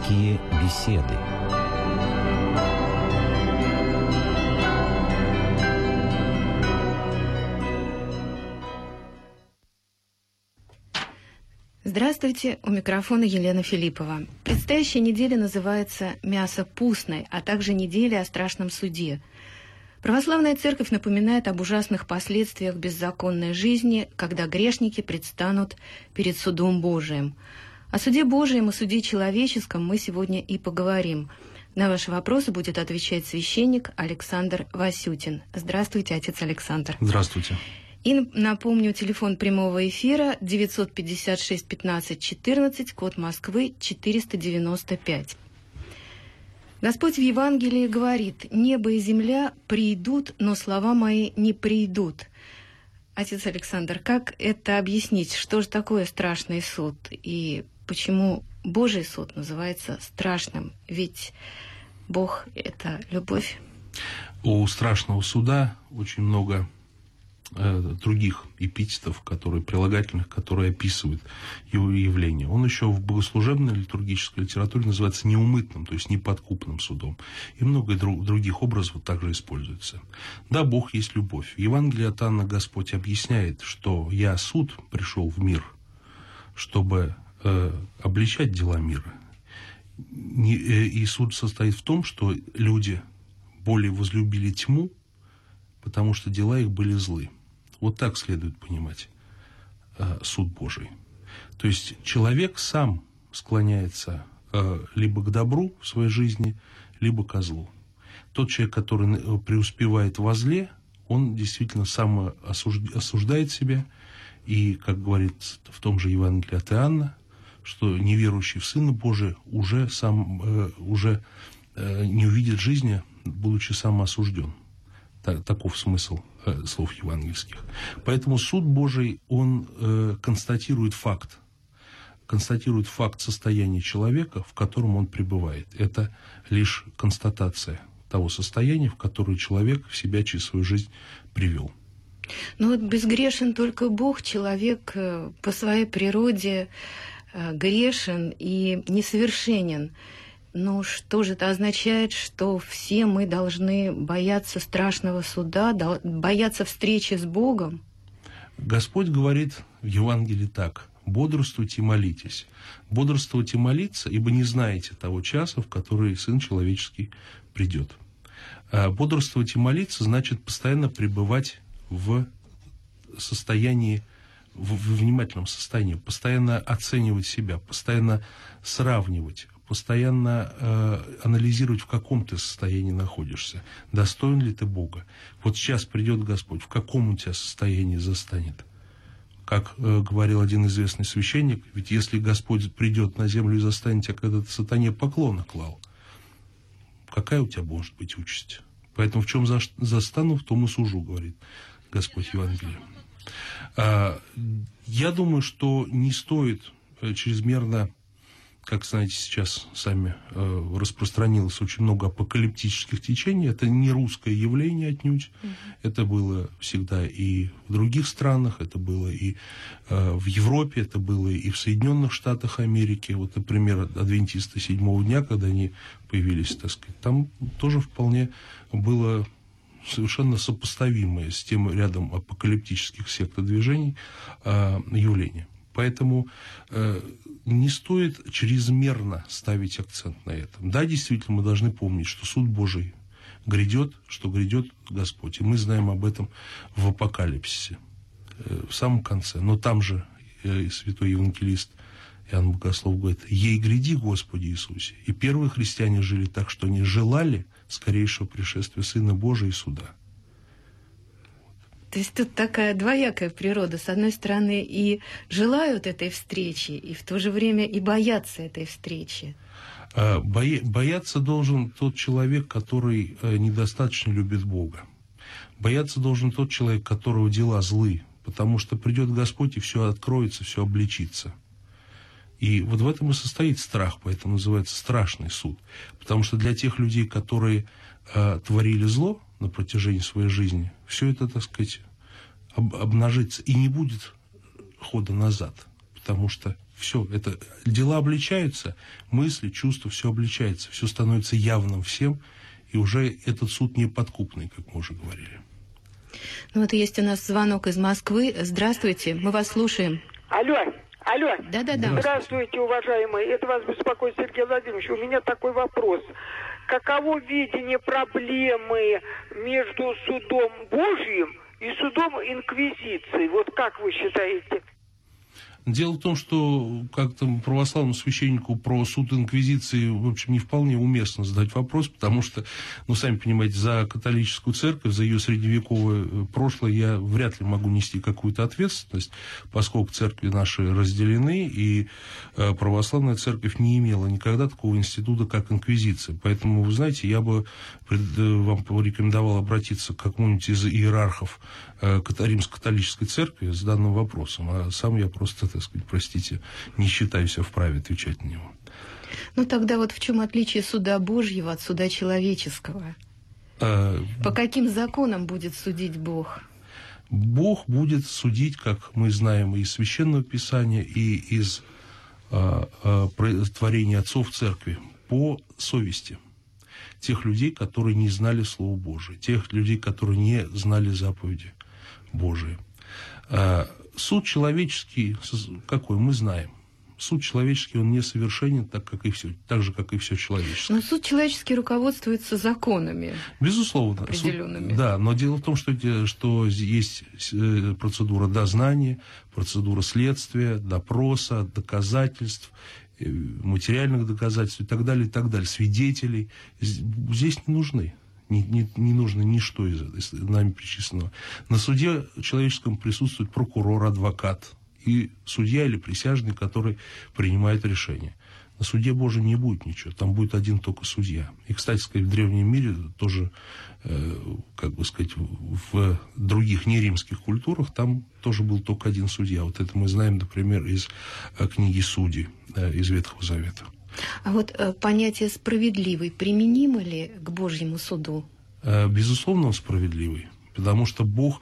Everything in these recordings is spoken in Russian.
Светские беседы. Здравствуйте, у микрофона Елена Филиппова. Предстоящая неделя называется «Мясо пустной», а также неделя о страшном суде. Православная церковь напоминает об ужасных последствиях беззаконной жизни, когда грешники предстанут перед судом Божиим. О суде Божием и суде человеческом мы сегодня и поговорим. На ваши вопросы будет отвечать священник Александр Васютин. Здравствуйте, отец Александр. Здравствуйте. И напомню, телефон прямого эфира 956 15 14, код Москвы 495. Господь в Евангелии говорит: «Небо и земля придут, но слова мои не придут». Отец Александр, как это объяснить? Что же такое страшный суд? И почему Божий суд называется страшным? Ведь Бог — это любовь. У страшного суда очень много других эпитетов, прилагательных, которые описывают его явление. Он еще в богослужебной литургической литературе называется неумытным, то есть неподкупным судом. И много других образов также используется. Да, Бог есть любовь. В Евангелии от Иоанна Господь объясняет, что «Я суд пришел в мир, чтобы обличать дела мира». И суд состоит в том, что люди более возлюбили тьму, потому что дела их были злы. Вот так следует понимать суд Божий. То есть человек сам склоняется либо к добру в своей жизни, либо ко злу. Тот человек, который преуспевает во зле, он действительно сам осуждает себя. И, как говорит в том же Евангелии от Иоанна, что неверующий в Сына Божия уже не увидит жизни, будучи сам осужден. Таков смысл слов евангельских. Поэтому суд Божий, он констатирует факт состояния человека, в котором он пребывает. Это лишь констатация того состояния, в которое человек в себя через свою жизнь привел. Но вот безгрешен только Бог, человек по своей природе грешен и несовершенен. Ну, что же это означает, что все мы должны бояться страшного суда, бояться встречи с Богом? Господь говорит в Евангелии так: «Бодрствуйте и молитесь». Бодрствовать и молиться, ибо не знаете того часа, в который Сын Человеческий придет. Бодрствовать и молиться значит постоянно пребывать в состоянии, в внимательном состоянии, постоянно оценивать себя, постоянно сравнивать, постоянно анализировать, в каком ты состоянии находишься, достоин ли ты Бога. Вот сейчас придет Господь, в каком у тебя состоянии застанет. Как говорил один известный священник, ведь если Господь придет на землю и застанет тебя, когда ты сатане поклоны клал, какая у тебя может быть участь? Поэтому в чем застану, в том и сужу, говорит Господь в Евангелии. Я думаю, что не стоит чрезмерно, как знаете, сейчас сами распространилось очень много апокалиптических течений. Это не русское явление отнюдь. Это было всегда и в других странах, это было и в Европе, это было и в Соединенных Штатах Америки. Вот, например, адвентисты седьмого дня, когда они появились, так сказать, там тоже вполне было совершенно сопоставимое с тем рядом апокалиптических сект и движений явление. Поэтому не стоит чрезмерно ставить акцент на этом. Да, действительно, мы должны помнить, что суд Божий грядет, что грядет Господь. И мы знаем об этом в Апокалипсисе, в самом конце. Но там же святой евангелист Иоанн Богослов говорит: «Ей гряди, Господи Иисусе». И первые христиане жили так, что они желали скорейшего пришествия Сына Божия и суда. То есть тут такая двоякая природа. С одной стороны, и желают этой встречи, и в то же время и боятся этой встречи. Бояться должен тот человек, который недостаточно любит Бога. Бояться должен тот человек, которого дела злы, потому что придет Господь, и все откроется, все обличится. И вот в этом и состоит страх, поэтому называется страшный суд. Потому что для тех людей, которые творили зло на протяжении своей жизни, все это, так сказать, обнажится, и не будет хода назад, потому что Все, это дела обличаются, мысли, чувства, все обличается, все становится явным всем, и уже этот суд неподкупный, как мы уже говорили. Ну вот есть у нас звонок из Москвы. Здравствуйте, мы вас слушаем. Алло. Да. Здравствуйте, уважаемые. Это вас беспокоит Сергей Владимирович. У меня такой вопрос. Каково видение проблемы между судом Божьим и судом Инквизиции? Вот как вы считаете? Дело в том, что как-то православному священнику про суд инквизиции, в общем, не вполне уместно задать вопрос, потому что, ну, сами понимаете, за католическую церковь, за ее средневековое прошлое я вряд ли могу нести какую-то ответственность, поскольку церкви наши разделены, и православная церковь не имела никогда такого института, как инквизиция. Поэтому, вы знаете, я бы вам порекомендовал обратиться к какому-нибудь из иерархов Римско-католической церкви с данным вопросом, а сам я просто, так сказать, простите, не считаю себя вправе отвечать на него. Ну тогда вот в чем отличие суда Божьего от суда человеческого? По каким законам будет судить Бог? Бог будет судить, как мы знаем, из Священного Писания и из творения отцов церкви, по совести тех людей, которые не знали Слова Божие, тех людей, которые не знали заповеди Божии. Суд человеческий какой? Мы знаем. Суд человеческий, он несовершенен, так же, как и все человеческое. Но суд человеческий руководствуется законами. Безусловно. Определенными. Да, но дело в том, что есть процедура дознания, процедура следствия, допроса, доказательств, материальных доказательств и так далее, свидетелей. Здесь не нужны. Не нужно ничто из нами перечисленного. На суде человеческом присутствует прокурор, адвокат и судья или присяжный, который принимает решение. На суде Божьем не будет ничего, там будет один только судья. И, кстати сказать, в древнем мире тоже, как бы сказать, в других неримских культурах там тоже был только один судья. Вот это мы знаем, например, из книги Судей, из Ветхого Завета. А вот понятие «справедливый» применимо ли к Божьему суду? Безусловно, он справедливый, потому что Бог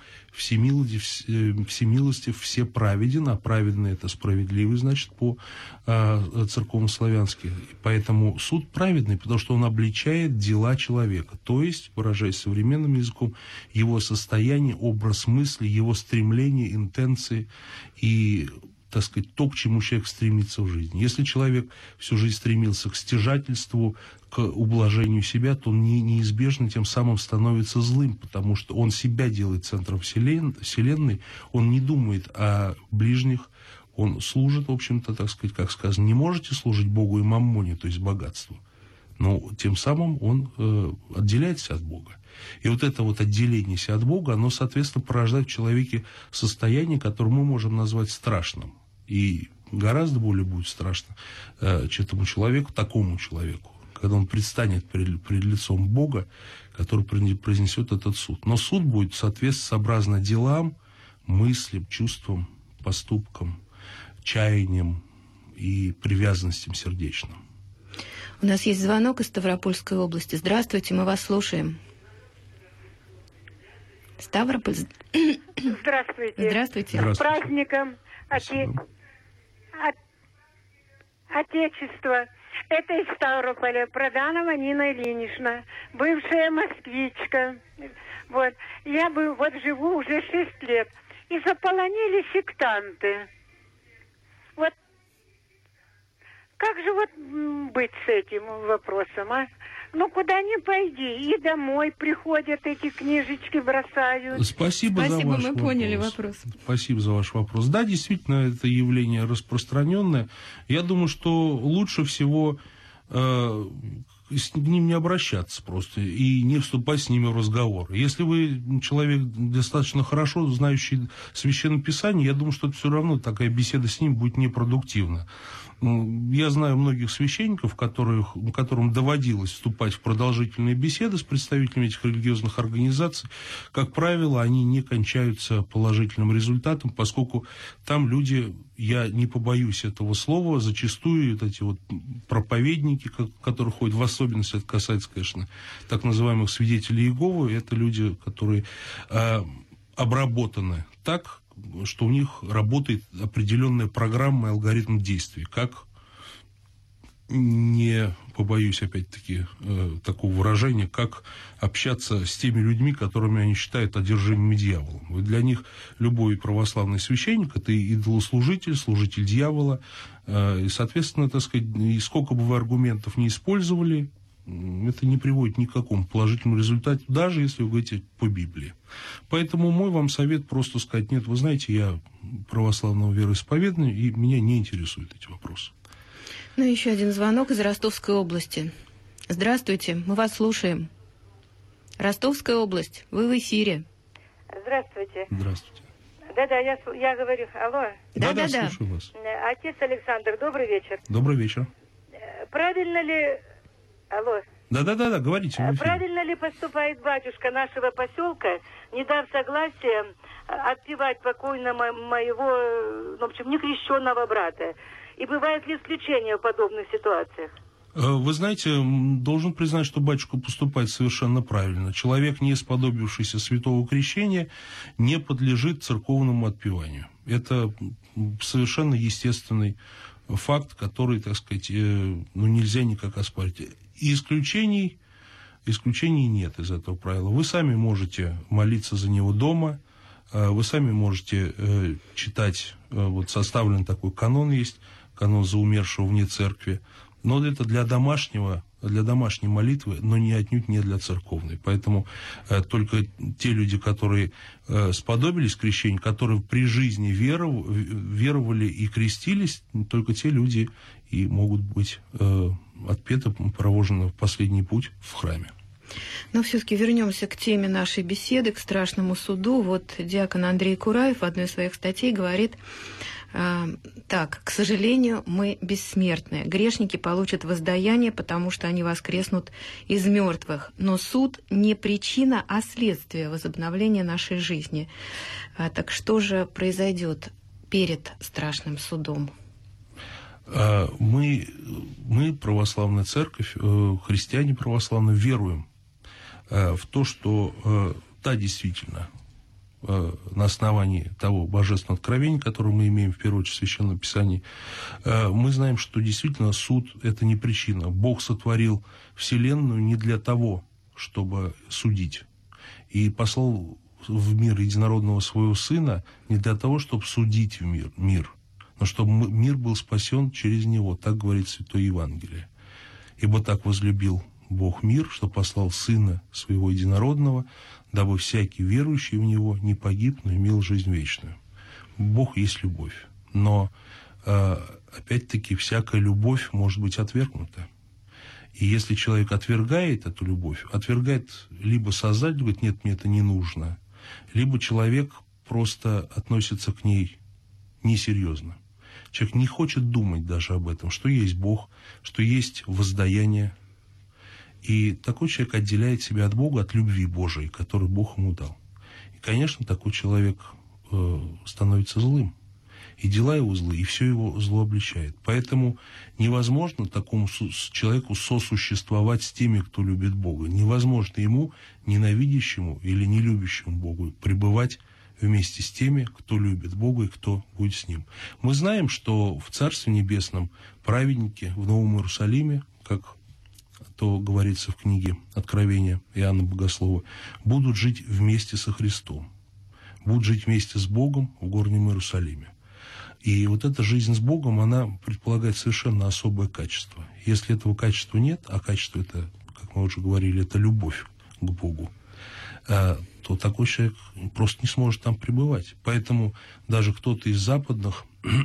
всемилостив, всеправеден, а праведный – это справедливый, значит, по-церковно-славянски. Поэтому суд праведный, потому что он обличает дела человека, то есть, выражаясь современным языком, его состояние, образ мысли, его стремления, интенции и, так сказать, то, к чему человек стремится в жизни. Если человек всю жизнь стремился к стяжательству, к ублажению себя, то он неизбежно тем самым становится злым, потому что он себя делает центром вселенной, он не думает о ближних, он служит, в общем-то, так сказать, как сказано, не можете служить Богу и маммоне, то есть богатству, но тем самым он отделяется от Бога. И вот это вот отделение себя от Бога, оно, соответственно, порождает в человеке состояние, которое мы можем назвать страшным. И гораздо более будет страшно этому человеку, такому человеку, когда он предстанет перед лицом Бога, который произнесет этот суд. Но суд будет соответственно делам, мыслям, чувствам, поступкам, чаяниям и привязанностям сердечным. У нас есть звонок из Ставропольской области. Здравствуйте, мы вас слушаем. Ставрополь. Здравствуйте. Здравствуйте. С праздником Отечества. Это из Ставрополя. Проданова Нина Ильинична. Бывшая москвичка. Вот. Я живу уже 6 лет. И заполонили сектанты. Вот. Как же быть с этим вопросом, а? Ну, куда ни пойди, и домой приходят, эти книжечки бросают. Спасибо за ваш вопрос. Мы поняли вопрос. Спасибо за ваш вопрос. Да, действительно, это явление распространенное. Я думаю, что лучше всего с ним не обращаться просто и не вступать с ними в разговор. Если вы человек достаточно хорошо знающий Священное Писание, я думаю, что это все равно такая беседа с ним будет непродуктивна. Я знаю многих священников, которым доводилось вступать в продолжительные беседы с представителями этих религиозных организаций. Как правило, они не кончаются положительным результатом, поскольку там люди, я не побоюсь этого слова, зачастую эти вот проповедники, которые ходят, в особенности это касается, конечно, так называемых свидетелей Иеговы, это люди, которые обработаны так что у них работает определенная программа и алгоритм действий, как, не побоюсь опять-таки такого выражения, как общаться с теми людьми, которыми они считают одержимыми дьяволом. Вот для них любой православный священник – это идолослужитель, служитель дьявола. И, соответственно, так сказать, и сколько бы вы аргументов не использовали, это не приводит ни к какому положительному результату, даже если вы говорите по Библии. Поэтому мой вам совет просто сказать: нет, вы знаете, я православного вероисповедания, и меня не интересуют эти вопросы. Ну, еще один звонок из Ростовской области. Здравствуйте, мы вас слушаем. Ростовская область, вы в эфире. Здравствуйте. Здравствуйте. Да-да, я говорю. Алло. Да, слушаю вас. Отец Александр, добрый вечер. Добрый вечер. Правильно ли... Алло. Да, говорите. Правильно ли поступает батюшка нашего поселка, не дав согласия отпевать покойного моего, в общем, некрещенного брата? И бывает ли исключение в подобных ситуациях? Вы знаете, должен признать, что батюшка поступает совершенно правильно. Человек, не сподобившийся святого крещения, не подлежит церковному отпеванию. Это совершенно естественный факт, который, так сказать, нельзя никак оспорить. И исключений нет из этого правила. Вы сами можете молиться за него дома, вы сами можете читать, вот составлен такой канон есть, канон за умершего вне церкви, но это для домашней молитвы, но отнюдь не для церковной. Поэтому только те люди, которые сподобились крещения, которые при жизни веровали и крестились, только те люди и могут быть отпеты, провожены в последний путь в храме. Но все-таки вернемся к теме нашей беседы, к страшному суду. Вот диакон Андрей Кураев в одной из своих статей говорит: так, к сожалению, мы бессмертны. Грешники получат воздаяние, потому что они воскреснут из мертвых. Но суд не причина, а следствие возобновления нашей жизни. Так что же произойдет перед страшным судом? Мы, православная церковь, христиане православные, веруем в то, что действительно, на основании того божественного откровения, которое мы имеем в первую очередь в Священном Писании, мы знаем, что действительно суд – это не причина. Бог сотворил Вселенную не для того, чтобы судить, и послал в мир единородного своего Сына не для того, чтобы судить мир, но чтобы мир был спасен через него. Так говорит Святое Евангелие. Ибо так возлюбил Бог мир, что послал Сына Своего Единородного, дабы всякий верующий в Него не погиб, но имел жизнь вечную. Бог есть любовь. Но, опять-таки, всякая любовь может быть отвергнута. И если человек отвергает эту любовь, отвергает либо сознательно, говорит: нет, мне это не нужно, либо человек просто относится к ней несерьезно. Человек не хочет думать даже об этом, что есть Бог, что есть воздаяние. И такой человек отделяет себя от Бога, от любви Божией, которую Бог ему дал. И, конечно, такой человек становится злым. И дела его злые, и все его зло обличает. Поэтому невозможно такому человеку сосуществовать с теми, кто любит Бога. Невозможно ему, ненавидящему или не любящему Богу, пребывать вместе с теми, кто любит Бога и кто будет с Ним. Мы знаем, что в Царстве Небесном праведники в Новом Иерусалиме, как то говорится в книге Откровения Иоанна Богослова, будут жить вместе со Христом, будут жить вместе с Богом в горнем Иерусалиме. И вот эта жизнь с Богом, она предполагает совершенно особое качество. Если этого качества нет, а качество это, как мы уже говорили, это любовь к Богу, то такой человек просто не сможет там пребывать. Поэтому даже кто-то из западных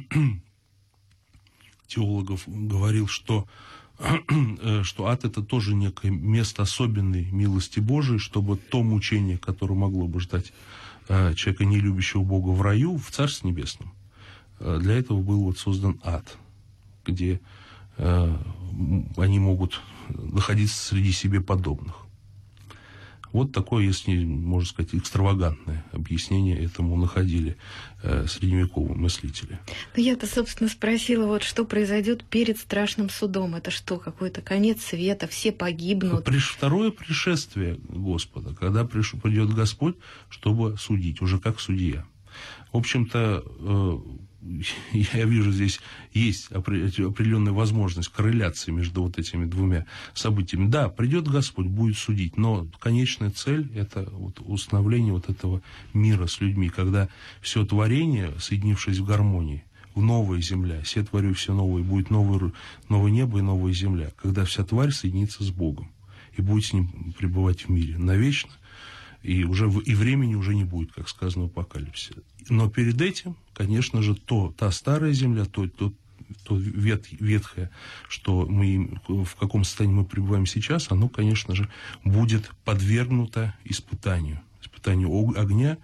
теологов говорил, что ад – это тоже некое место особенной милости Божией, чтобы то мучение, которое могло бы ждать человека, не любящего Бога, в раю, в Царстве Небесном, для этого был вот создан ад, где они могут находиться среди себе подобных. Вот такое, если можно сказать, экстравагантное объяснение этому находили средневековые мыслители. Я-то, собственно, спросила, вот что произойдет перед страшным судом. Это что, какой-то конец света, все погибнут? Второе пришествие Господа, когда придет Господь, чтобы судить, уже как судья. В общем-то, я вижу, здесь есть определенная возможность корреляции между вот этими двумя событиями. Да, придет Господь, будет судить, но конечная цель – это вот установление вот этого мира с людьми, когда все творение, соединившись в гармонии, в новая земля, «се творю все новое», будет новое небо и новая земля, когда вся тварь соединится с Богом и будет с Ним пребывать в мире навечно, и времени уже не будет, как сказано в Апокалипсисе. Но перед этим, конечно же, та старая земля, то ветхое, что в каком состоянии мы пребываем сейчас, оно, конечно же, будет подвергнуто испытанию огня,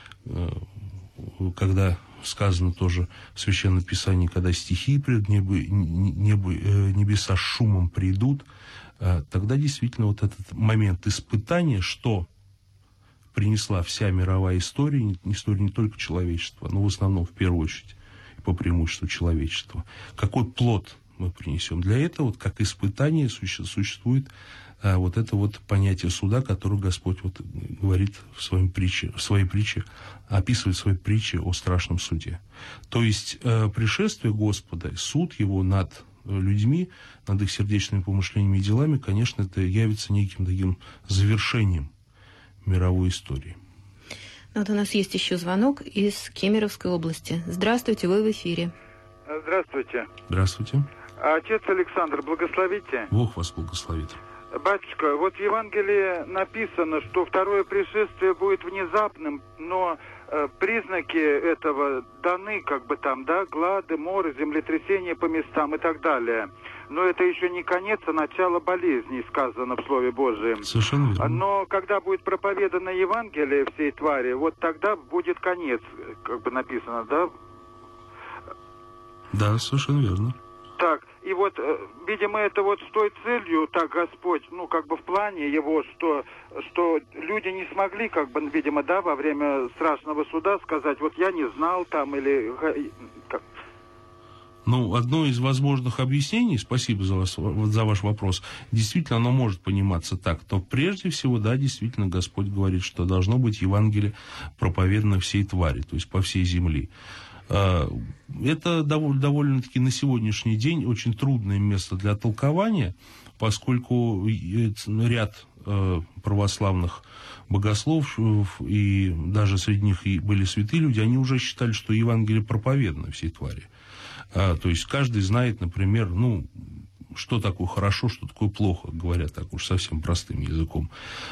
когда сказано тоже в Священном Писании, когда стихии придут, небеса с шумом придут, тогда действительно вот этот момент испытания, что принесла вся мировая история не только человечества, но в основном, в первую очередь, по преимуществу человечества. Какой плод мы принесем? Для этого, вот, как испытание, существует вот это вот понятие суда, которое Господь вот говорит в своей притче, описывает в своей притче о страшном суде. То есть пришествие Господа, суд Его над людьми, над их сердечными помышлениями и делами, конечно, это явится неким таким завершением мировой истории. Вот у нас есть еще звонок из Кемеровской области. Здравствуйте, вы в эфире. Здравствуйте. Здравствуйте. Отец Александр, благословите. Бог вас благословит. Батюшка, вот в Евангелии написано, что второе пришествие будет внезапным, но признаки этого даны, глады, моры, землетрясения по местам и так далее. Но это еще не конец, а начало болезней, сказано в Слове Божьем. Совершенно верно. Но когда будет проповедано Евангелие всей твари, вот тогда будет конец, написано, да? Да, совершенно верно. Так, и вот, видимо, это вот с той целью, так Господь, в плане Его, что люди не смогли, видимо, да, во время страшного суда сказать, вот я не знал там, или... Одно из возможных объяснений, спасибо за ваш вопрос, действительно, оно может пониматься так, но прежде всего, да, действительно, Господь говорит, что должно быть Евангелие проповедано всей твари, то есть по всей земле. Это довольно-таки на сегодняшний день очень трудное место для толкования, поскольку ряд православных богословов, и даже среди них и были святые люди, они уже считали, что Евангелие проповедано всей твари. То есть каждый знает, например, что такое хорошо, что такое плохо, говоря так уж совсем простым языком.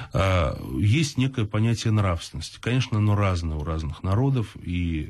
Есть некое понятие нравственности. Конечно, оно разное у разных народов, и,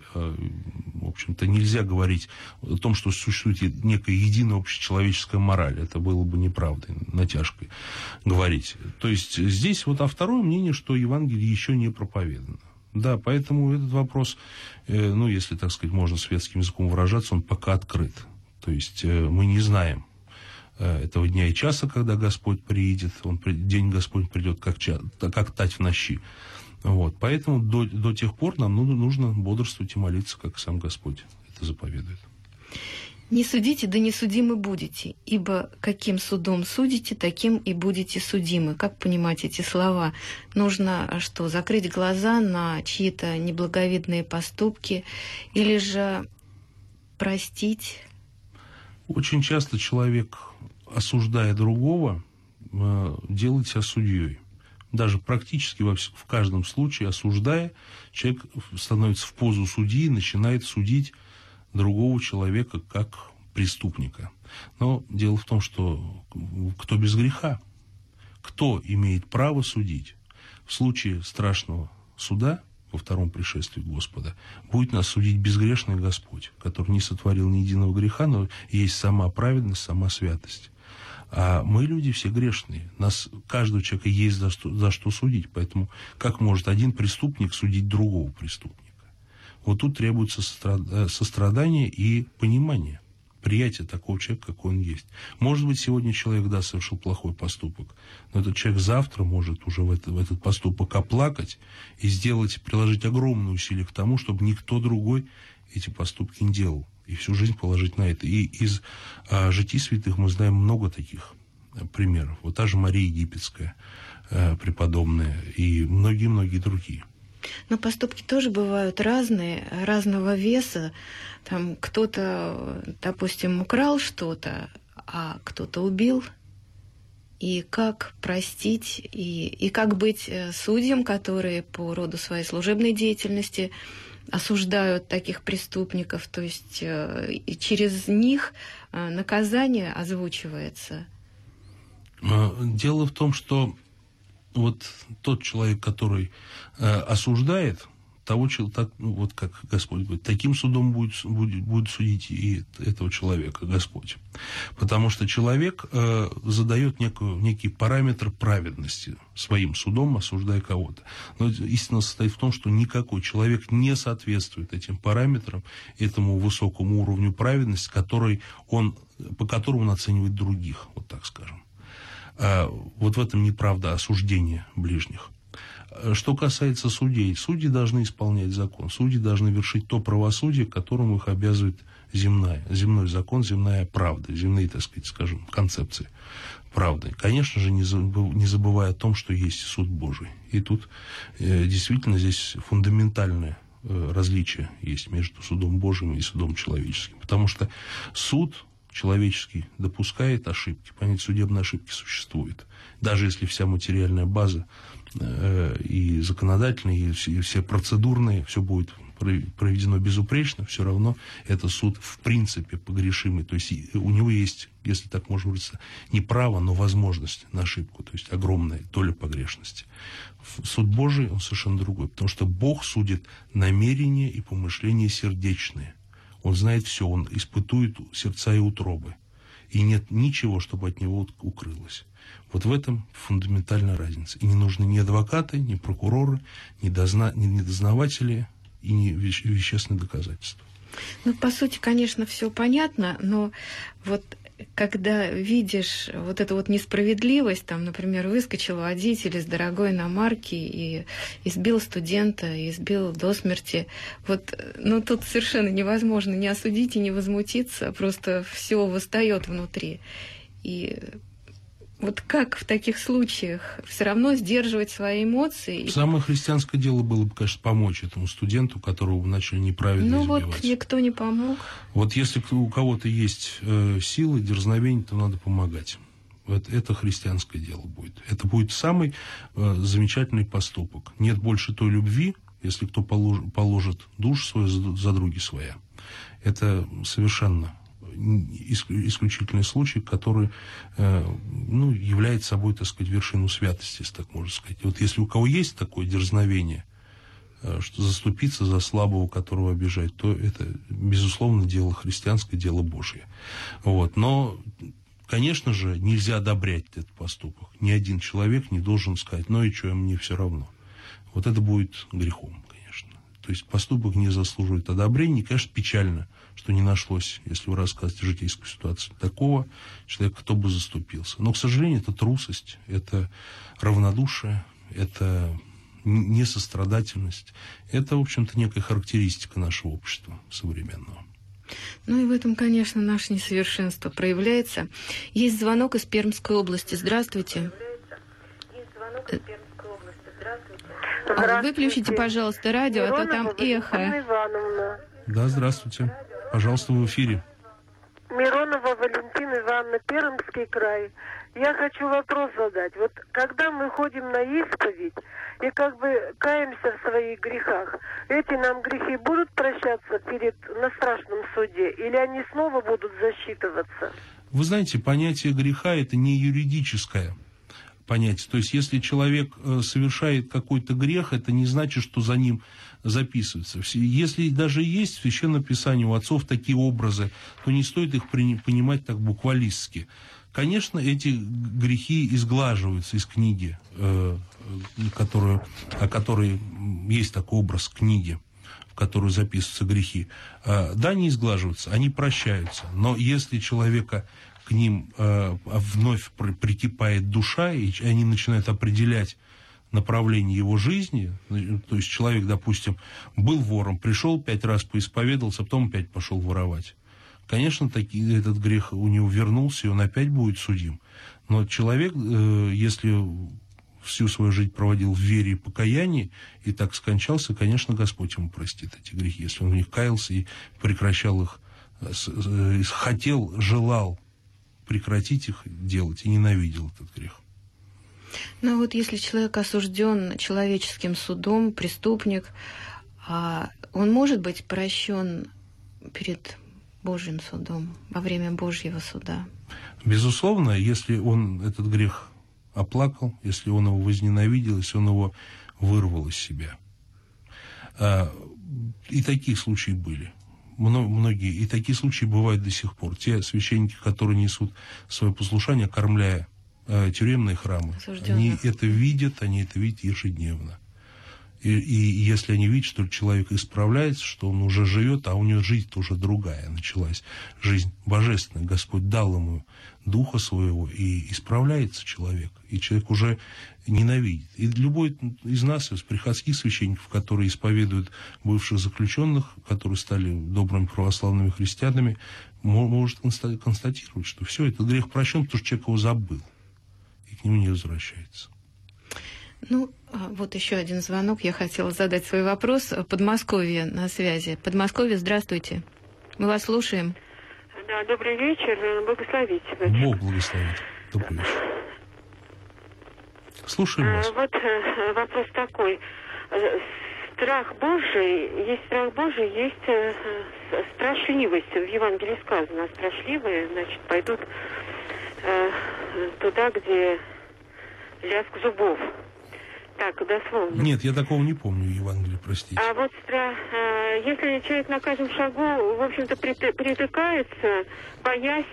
в общем-то, нельзя говорить о том, что существует некая единая общечеловеческая мораль. Это было бы неправдой, натяжкой говорить. То есть здесь второе мнение, что Евангелие еще не проповедано. Да, поэтому этот вопрос, если, так сказать, можно светским языком выражаться, он пока открыт. То есть мы не знаем этого дня и часа, когда Господь приедет. День Господь придет, как тать в ночи. Поэтому до тех пор нам нужно бодрствовать и молиться, как сам Господь это заповедует. «Не судите, да не судимы будете, ибо каким судом судите, таким и будете судимы». Как понимать эти слова? Нужно что, закрыть глаза на чьи-то неблаговидные поступки или же простить? Очень часто человек, осуждая другого, делает себя судьей. Даже практически в каждом случае, осуждая, человек становится в позу судьи и начинает судить другого человека как преступника. Но дело в том, что кто без греха, кто имеет право судить? В случае страшного суда, во втором пришествии Господа, будет нас судить безгрешный Господь, который не сотворил ни единого греха, но есть сама праведность, сама святость. А мы, люди, все грешные. Каждого человека есть за что судить. Поэтому как может один преступник судить другого преступника? Вот тут требуется сострадание и понимание, приятие такого человека, какой он есть. Может быть, сегодня человек, совершил плохой поступок, но этот человек завтра может уже в этот поступок оплакать и приложить огромные усилия к тому, чтобы никто другой эти поступки не делал. И всю жизнь положить на это. И из житий святых мы знаем много таких примеров. Вот та же Мария Египетская, преподобная, и многие-многие другие. Но поступки тоже бывают разные, разного веса. Там кто-то, допустим, украл что-то, а кто-то убил. И как простить, и как быть судьям, которые по роду своей служебной деятельности осуждают таких преступников, то есть через них наказание озвучивается. Дело в том, что вот тот человек, который осуждает, того, вот как Господь говорит, таким судом будет судить и этого человека Господь. Потому что человек задает некий параметр праведности своим судом, осуждая кого-то. Но истина состоит в том, что никакой человек не соответствует этим параметрам, этому высокому уровню праведности, по которому он оценивает других, вот так скажем. Вот в этом неправда осуждения ближних. Что касается судей, судьи должны исполнять закон, судьи должны вершить то правосудие, которому их обязывает земной закон, земная правда, земные, так сказать, скажем, концепции правды. Конечно же, не забывая о том, что есть суд Божий. И тут действительно здесь фундаментальное различие есть между судом Божьим и судом человеческим. Потому что суд человеческий допускает ошибки, понятие судебной ошибки существует. Даже если вся материальная база и законодательные, и все процедурные, все будет проведено безупречно, все равно это суд в принципе погрешимый. То есть у него есть, если так можно выразиться, не право, но возможность на ошибку, то есть огромная доля погрешности. Суд Божий, он совершенно другой, потому что Бог судит намерения и помышления сердечные. Он знает все, он испытует сердца и утробы. И нет ничего, чтобы от него укрылось. Вот в этом фундаментальная разница. И не нужны ни адвокаты, ни прокуроры, ни дознаватели и ни вещественные доказательства. Ну, по сути, конечно, все понятно, но вот когда видишь вот эту вот несправедливость, там, например, выскочил водитель из дорогой иномарки и избил студента, избил до смерти, вот, ну, тут совершенно невозможно не осудить и не возмутиться, просто все восстает внутри. И вот как в таких случаях все равно сдерживать свои эмоции? Самое христианское дело было бы, конечно, помочь этому студенту, которого вы начали неправильно избивать. Ну вот никто не помог. Вот если у кого-то есть силы, дерзновение, то надо помогать. Вот это христианское дело будет. Это будет самый замечательный поступок. Нет больше той любви, если кто положит душу свою за други своя. Это совершенно исключительный случай, который является собой, так сказать, вершину святости, если так можно сказать. И вот если у кого есть такое дерзновение, что заступиться за слабого, которого обижают, то это, безусловно, дело христианское, дело Божье. Вот. Но, конечно же, нельзя одобрять этот поступок. Ни один человек не должен сказать, ну и что, мне все равно. Вот это будет грехом, конечно. То есть поступок не заслуживает одобрения. И, конечно, печально, что не нашлось, если вы рассказываете житейскую ситуацию, такого человека, кто бы заступился. Но, к сожалению, это трусость, это равнодушие, это несострадательность. Это, в общем-то, некая характеристика нашего общества современного. Ну и в этом, конечно, наше несовершенство проявляется. Есть звонок из Пермской области. Здравствуйте. Выключите, пожалуйста, радио, а то там эхо. Да, здравствуйте. Пожалуйста, в эфире. Миронова Валентина Ивановна, Пермский край. Я хочу вопрос задать. Вот когда мы ходим на исповедь и как бы каемся в своих грехах, эти нам грехи будут прощаться на страшном суде, или они снова будут засчитываться? Вы знаете, понятие греха – это не юридическое понятие. То есть, если человек совершает какой-то грех, это не значит, что за ним записывается. Если даже есть в Священном Писании у отцов такие образы, то не стоит их понимать так буквалистски. Конечно, эти грехи изглаживаются из книги, о которой есть такой образ книги, в которую записываются грехи. Да, они изглаживаются, они прощаются. Но если человека к ним вновь прикипает душа, и они начинают определять направление его жизни, то есть человек, допустим, был вором, пришел 5 раз поисповедался, а потом опять пошел воровать. Конечно, этот грех у него вернулся, и он опять будет судим. Но человек, если всю свою жизнь проводил в вере и покаянии, и так скончался, конечно, Господь ему простит эти грехи, если он в них каялся и прекращал их, хотел, желал прекратить их делать и ненавидел этот грех. Ну вот если человек осужден человеческим судом, преступник, он может быть прощен перед Божьим судом, во время Божьего суда? Безусловно, если он этот грех оплакал, если он его возненавидел, если он его вырвал из себя. И такие случаи были. Многие. И такие случаи бывают до сих пор. Те священники, которые несут свое послушание, кормляя тюремные храмы, они это видят ежедневно. И если они видят, что человек исправляется, что он уже живет, а у него жизнь-то уже другая началась, жизнь божественная, Господь дал ему Духа Своего, и исправляется человек, и человек уже ненавидит. И любой из нас, из приходских священников, которые исповедуют бывших заключенных, которые стали добрыми православными христианами, может констатировать, что все, этот грех прощен, потому что человек его забыл, и к нему не возвращается. Ну, вот еще один звонок. Я хотела задать свой вопрос. Подмосковье на связи. Подмосковье, здравствуйте. Мы вас слушаем. Да, добрый вечер. Благословите. Бог благословит. Добрый вечер. Слушаем вас. Вот вопрос такой. Страх Божий, есть страшливость. В Евангелии сказано, страшливые, значит, пойдут туда, где лязг зубов. Так, дословно. Нет, я такого не помню, Евангелие, простите. А вот если человек на каждом шагу, в общем-то, притыкается, боясь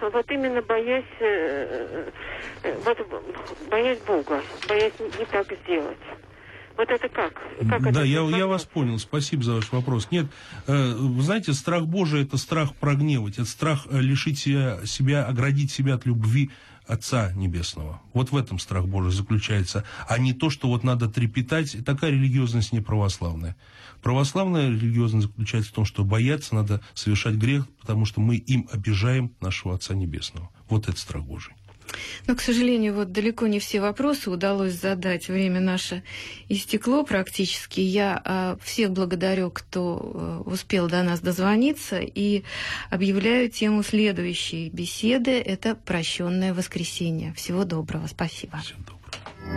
Бога, боясь не так сделать. Вот это как? Да, я вас понял, спасибо за ваш вопрос. Нет, вы знаете, страх Божий – это страх прогневать, это страх лишить себя, оградить себя от любви Отца Небесного. Вот в этом страх Божий заключается, а не то, что вот надо трепетать. Такая религиозность не православная. Православная религиозность заключается в том, что бояться надо совершать грех, потому что мы им обижаем нашего Отца Небесного. Вот это страх Божий. Но, к сожалению, вот далеко не все вопросы удалось задать. Время наше истекло практически. Я всех благодарю, кто успел до нас дозвониться, и объявляю тему следующей беседы. Это «Прощенное воскресенье». Всего доброго. Спасибо. Всего доброго.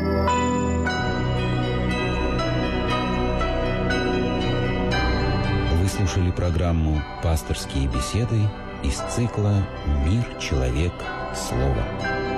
Вы слушали программу «Пасторские беседы» из цикла «Мир, человек, слово».